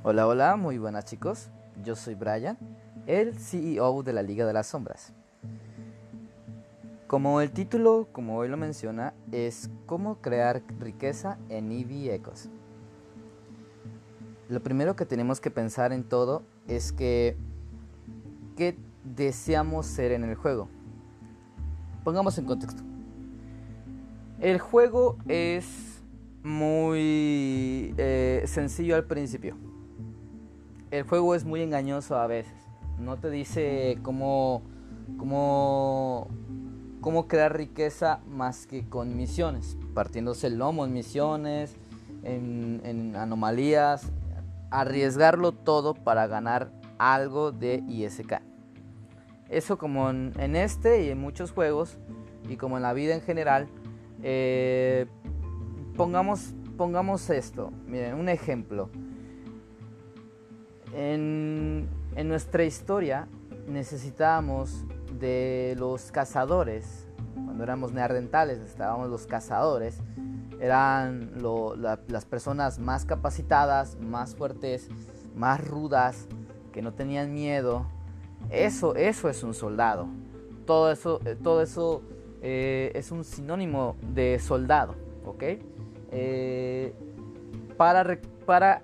Hola, hola, muy buenas chicos. Yo soy Brian, el CEO de la Liga de las Sombras. Como el título, como hoy lo menciona, es cómo crear riqueza en EV Ecos. Lo primero que tenemos que pensar en todo es que ¿qué deseamos ser en el juego? Pongamos en contexto. El juego es muy sencillo al principio. El juego es muy engañoso a veces. No te dice cómo crear riqueza más que con misiones, partiéndose el lomo en misiones, en anomalías, arriesgarlo todo para ganar algo de ISK. Eso como en este y en muchos juegos, y como en la vida en general, pongamos esto. Miren, un ejemplo. En nuestra historia necesitábamos de los cazadores. Cuando éramos neandertales estábamos los cazadores. Eran las personas más capacitadas, más fuertes, más rudas, que no tenían miedo. Eso es un soldado. Todo eso es un sinónimo de soldado, ¿ok? Para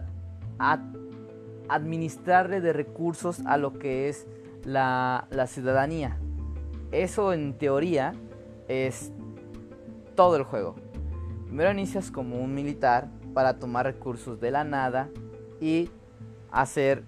administrarle de recursos a lo que es la ciudadanía. Eso en teoría es todo el juego. Primero inicias como un militar para tomar recursos de la nada y hacer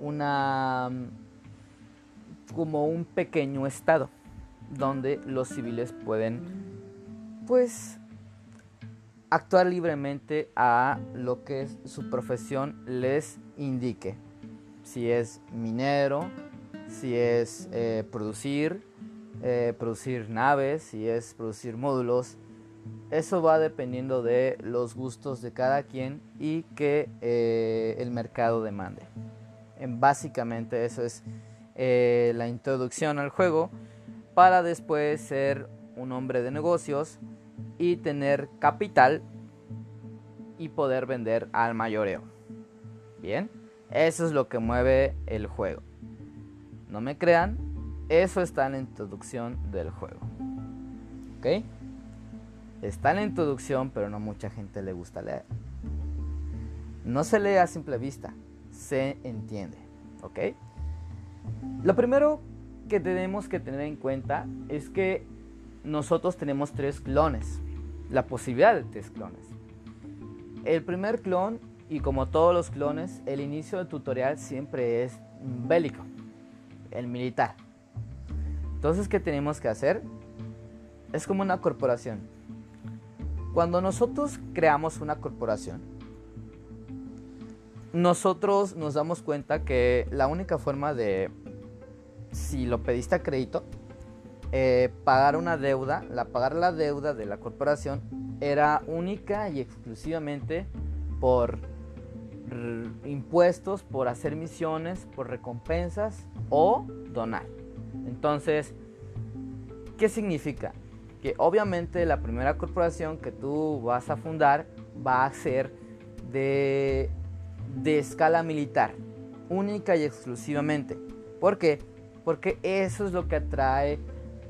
como un pequeño estado donde los civiles pueden pues actuar libremente a lo que su profesión les indique. Si es minero, si es producir naves, si es producir módulos. Eso va dependiendo de los gustos de cada quien y que el mercado demande. Básicamente eso es la introducción al juego, para después ser un hombre de negocios y tener capital y poder vender al mayoreo. Bien, eso es lo que mueve el juego. No me crean, eso está en la introducción del juego. ¿Ok? Está en la introducción, pero no mucha gente le gusta leer. No se lee a simple vista, se entiende. ¿Ok? Lo primero que tenemos que tener en cuenta es que nosotros tenemos 3 clones. La posibilidad de 3 clones. El primer clon, y como todos los clones, el inicio del tutorial siempre es bélico, el militar. Entonces, ¿qué tenemos que hacer? Es como una corporación. Cuando nosotros creamos una corporación, nosotros nos damos cuenta que la única forma de, si lo pediste a crédito, pagar una deuda, pagar la deuda de la corporación era única y exclusivamente por impuestos, por hacer misiones, por recompensas o donar. Entonces, ¿qué significa? Que obviamente la primera corporación que tú vas a fundar va a ser de escala militar, única y exclusivamente. ¿Por qué? Porque eso es lo que atrae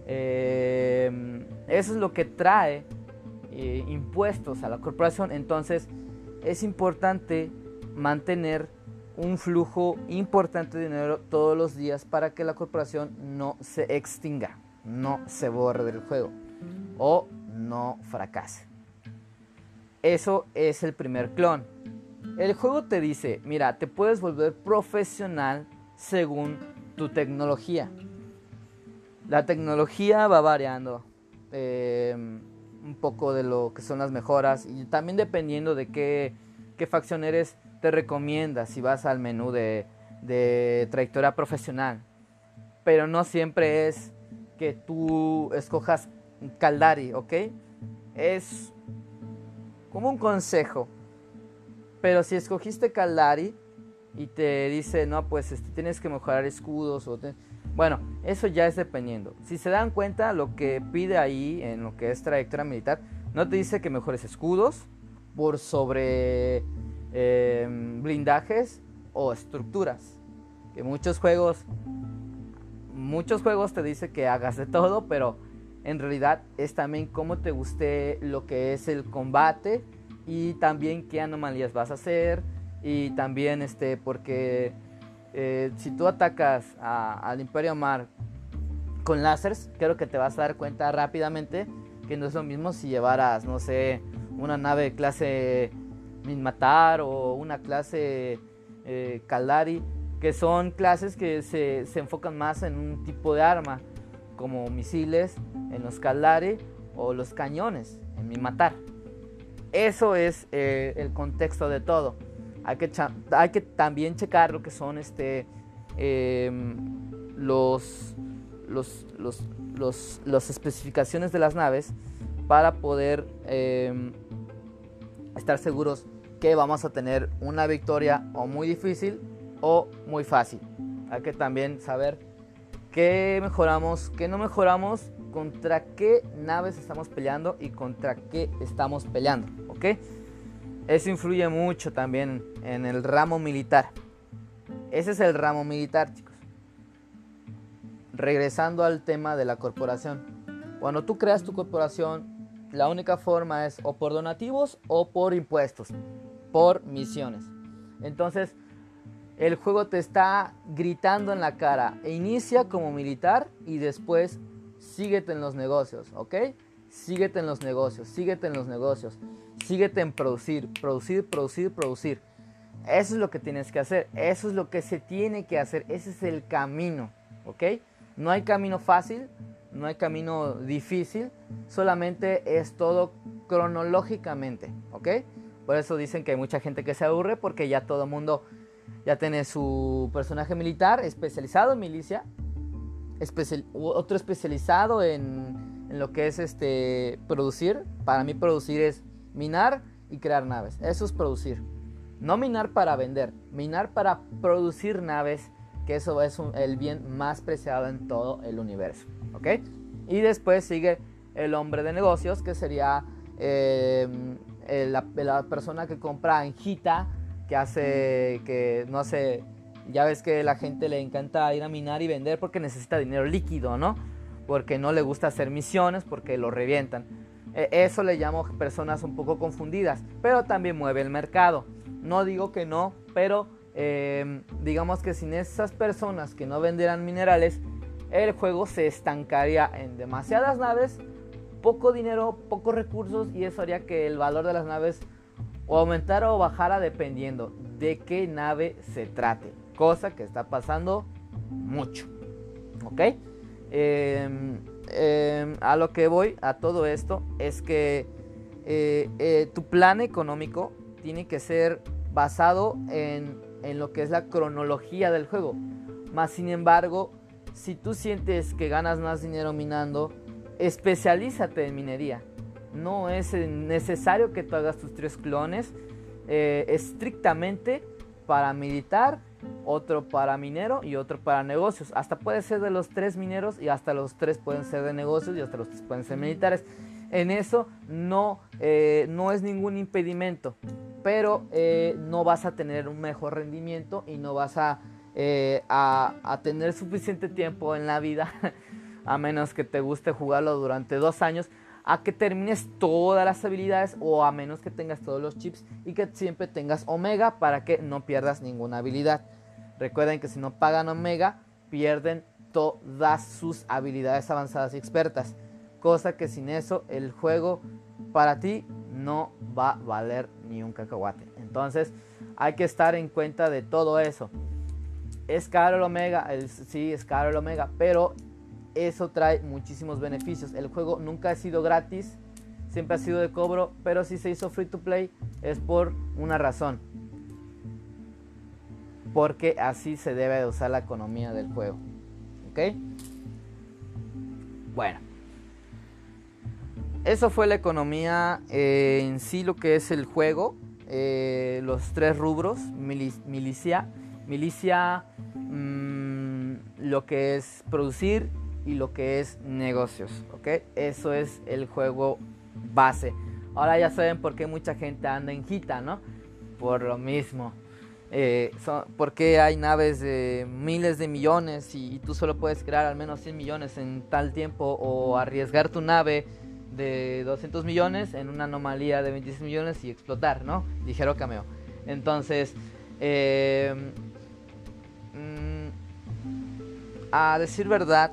impuestos a la corporación. Entonces es importante mantener un flujo importante de dinero todos los días para que la corporación no se extinga, no se borre del juego o no fracase. Eso es el primer clon. El juego te dice, mira, te puedes volver profesional según tu tecnología. La tecnología va variando un poco de lo que son las mejoras, y también dependiendo de qué facción eres, te recomienda si vas al menú de trayectoria profesional. Pero no siempre es que tú escojas Caldari, ¿ok? Es como un consejo. Pero si escogiste Caldari y te dice, no, pues tienes que mejorar escudos, bueno, eso ya es dependiendo. Si se dan cuenta, lo que pide ahí en lo que es trayectoria militar, no te dice que mejores escudos por sobre blindajes o estructuras. Que muchos juegos te dicen que hagas de todo, pero en realidad es también cómo te guste lo que es el combate y también qué anomalías vas a hacer, y también porque si tú atacas al Imperio Mar con láseres, creo que te vas a dar cuenta rápidamente que no es lo mismo si llevaras, no sé, una nave clase Minmatar o una clase Caldari, que son clases que se enfocan más en un tipo de arma, como misiles en los Caldari o los cañones en Minmatar. Eso es el contexto de todo. Hay que también checar lo que son las especificaciones de las naves para poder estar seguros que vamos a tener una victoria o muy difícil o muy fácil. Hay que también saber qué mejoramos, qué no mejoramos, contra qué naves estamos peleando y contra qué estamos peleando, ¿ok? Eso influye mucho también en el ramo militar. Ese es el ramo militar, chicos. Regresando al tema de la corporación. Cuando tú creas tu corporación, la única forma es o por donativos o por impuestos, por misiones. Entonces, el juego te está gritando en la cara: inicia como militar y después síguete en los negocios, ¿ok? Síguete en los negocios, síguete en los negocios, síguete en producir. Eso es lo que tienes que hacer, eso es lo que se tiene que hacer, ese es el camino, ¿ok? No hay camino fácil, no hay camino difícil, solamente es todo cronológicamente, ¿ok? Por eso dicen que hay mucha gente que se aburre, porque ya todo el mundo ya tiene su personaje militar especializado en milicia, otro especializado en lo que es producir. Para mí producir es minar y crear naves, eso es producir. No minar para vender, minar para producir naves, que eso es el bien más preciado en todo el universo, ¿ok? Y después sigue el hombre de negocios, que sería la persona que compra anjita, que hace, que no sé, ya ves que a la gente le encanta ir a minar y vender porque necesita dinero líquido, ¿no? Porque no le gusta hacer misiones, porque lo revientan. Eso le llamo personas un poco confundidas, pero también mueve el mercado. No digo que no, pero digamos que sin esas personas que no vendieran minerales, el juego se estancaría en demasiadas naves, poco dinero, pocos recursos, y eso haría que el valor de las naves o aumentara o bajara dependiendo de qué nave se trate, cosa que está pasando mucho, ¿ok? A lo que voy a todo esto es que tu plan económico tiene que ser basado en lo que es la cronología del juego. Más sin embargo, si tú sientes que ganas más dinero minando, especialízate en minería. No es necesario que tú hagas tus 3 clones estrictamente para militar, otro para minero y otro para negocios. Hasta puede ser de los 3 mineros, y hasta los 3 pueden ser de negocios, y hasta los 3 pueden ser militares. En eso no es ningún impedimento, pero no vas a tener un mejor rendimiento y no vas a tener suficiente tiempo en la vida a menos que te guste jugarlo durante 2 años, a que termines todas las habilidades, o a menos que tengas todos los chips y que siempre tengas Omega para que no pierdas ninguna habilidad. Recuerden que si no pagan Omega, pierden todas sus habilidades avanzadas y expertas, cosa que sin eso el juego para ti no va a valer ni un cacahuate. Entonces hay que estar en cuenta de todo eso. Es caro el Omega, sí, es caro el Omega, pero eso trae muchísimos beneficios. El juego nunca ha sido gratis, siempre ha sido de cobro, pero si se hizo free to play es por una razón, porque así se debe de usar la economía del juego, ¿ok? Bueno, eso fue la economía en sí, lo que es el juego, los 3 rubros: milicia, lo que es producir y lo que es negocios, ¿ok? Eso es el juego base. Ahora ya saben por qué mucha gente anda en Hita, ¿no? por lo mismo. ¿Por qué hay naves de miles de millones y tú solo puedes crear al menos 100 millones en tal tiempo, o arriesgar tu nave de 200 millones en una anomalía de 26 millones y explotar, ¿no? Ligero cameo. Entonces, a decir verdad,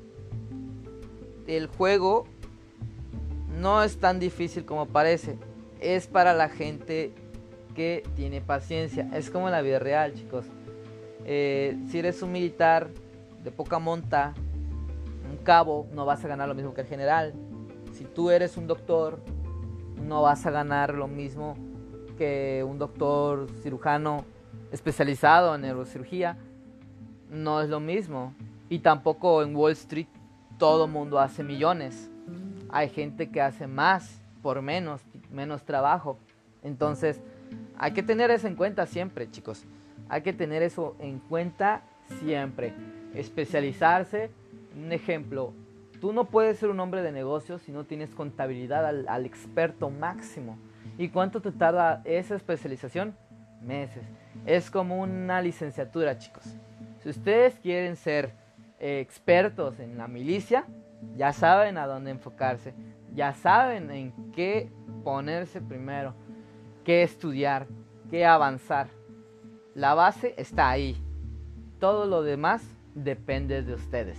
el juego no es tan difícil como parece. Es para la gente que tiene paciencia. Es como en la vida real, chicos. Si eres un militar de poca monta, un cabo, no vas a ganar lo mismo que el general. Si tú eres un doctor, no vas a ganar lo mismo que un doctor cirujano especializado en neurocirugía. No es lo mismo. Y tampoco en Wall Street todo mundo hace millones. Hay gente que hace más por menos trabajo. Entonces hay que tener eso en cuenta siempre, chicos. Hay que tener eso en cuenta siempre. Especializarse. Un ejemplo: tú no puedes ser un hombre de negocios si no tienes contabilidad al experto máximo. ¿Y cuánto te tarda esa especialización? Meses. Es como una licenciatura, chicos. Si ustedes quieren ser expertos en la milicia, ya saben a dónde enfocarse. Ya saben en qué ponerse primero, qué estudiar, qué avanzar. La base está ahí. Todo lo demás depende de ustedes.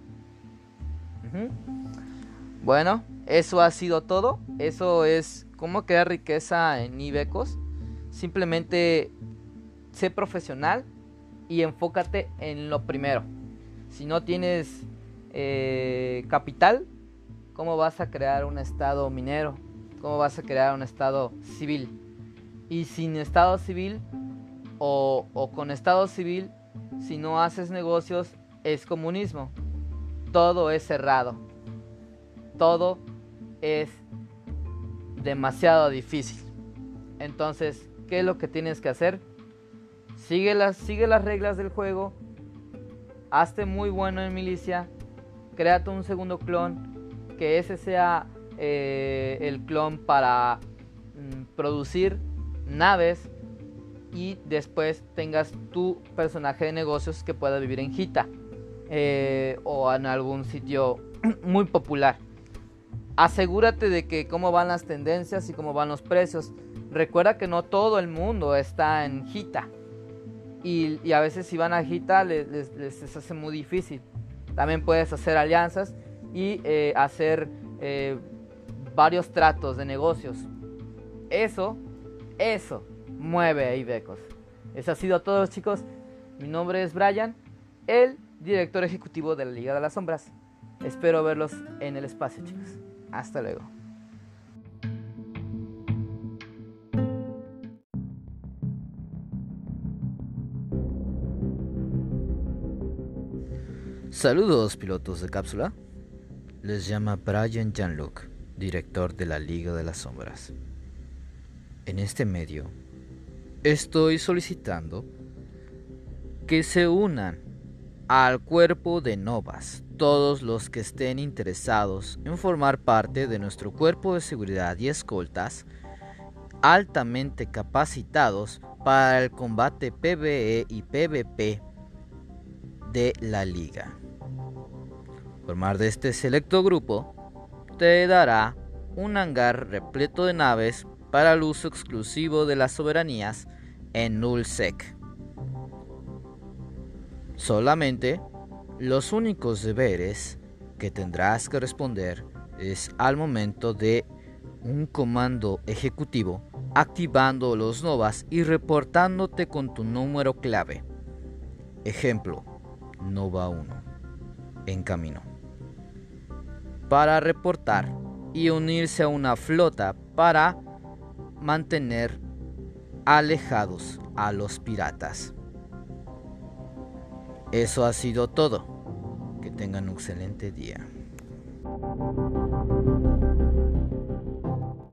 Bueno, eso ha sido todo. Eso es cómo crear riqueza en Ibecos. Simplemente sé profesional y enfócate en lo primero. Si no tienes capital, ¿cómo vas a crear un estado minero? ¿Cómo vas a crear un estado civil? Y sin estado civil o con estado civil, si no haces negocios, es comunismo. Todo es cerrado. Todo es demasiado difícil. Entonces, ¿qué es lo que tienes que hacer? Sigue las reglas del juego. Hazte muy bueno en milicia. Créate un segundo clon. Que ese sea el clon para producir naves. Y después tengas tu personaje de negocios que pueda vivir en Hita. O en algún sitio muy popular. Asegúrate de que cómo van las tendencias y cómo van los precios. Recuerda que no todo el mundo está en Hita. Y a veces si van a Hita les hace muy difícil. También puedes hacer alianzas y hacer varios tratos de negocios. Eso mueve a Ibecos. Eso ha sido todo, chicos. Mi nombre es Brian, el director ejecutivo de la Liga de las Sombras. Espero verlos en el espacio, chicos. Hasta luego. Saludos, pilotos de cápsula. Les llama Brian Jean-Luc, director de la Liga de las Sombras. En este medio, estoy solicitando que se unan al cuerpo de novas todos los que estén interesados en formar parte de nuestro cuerpo de seguridad y escoltas altamente capacitados para el combate PvE y PvP de la Liga. Formar de este selecto grupo te dará un hangar repleto de naves para el uso exclusivo de las soberanías en Nullsec. Solamente los únicos deberes que tendrás que responder es al momento de un comando ejecutivo, activando los novas y reportándote con tu número clave. Ejemplo, Nova 1, en camino. Para reportar y unirse a una flota para mantener alejados a los piratas. Eso ha sido todo. Que tengan un excelente día.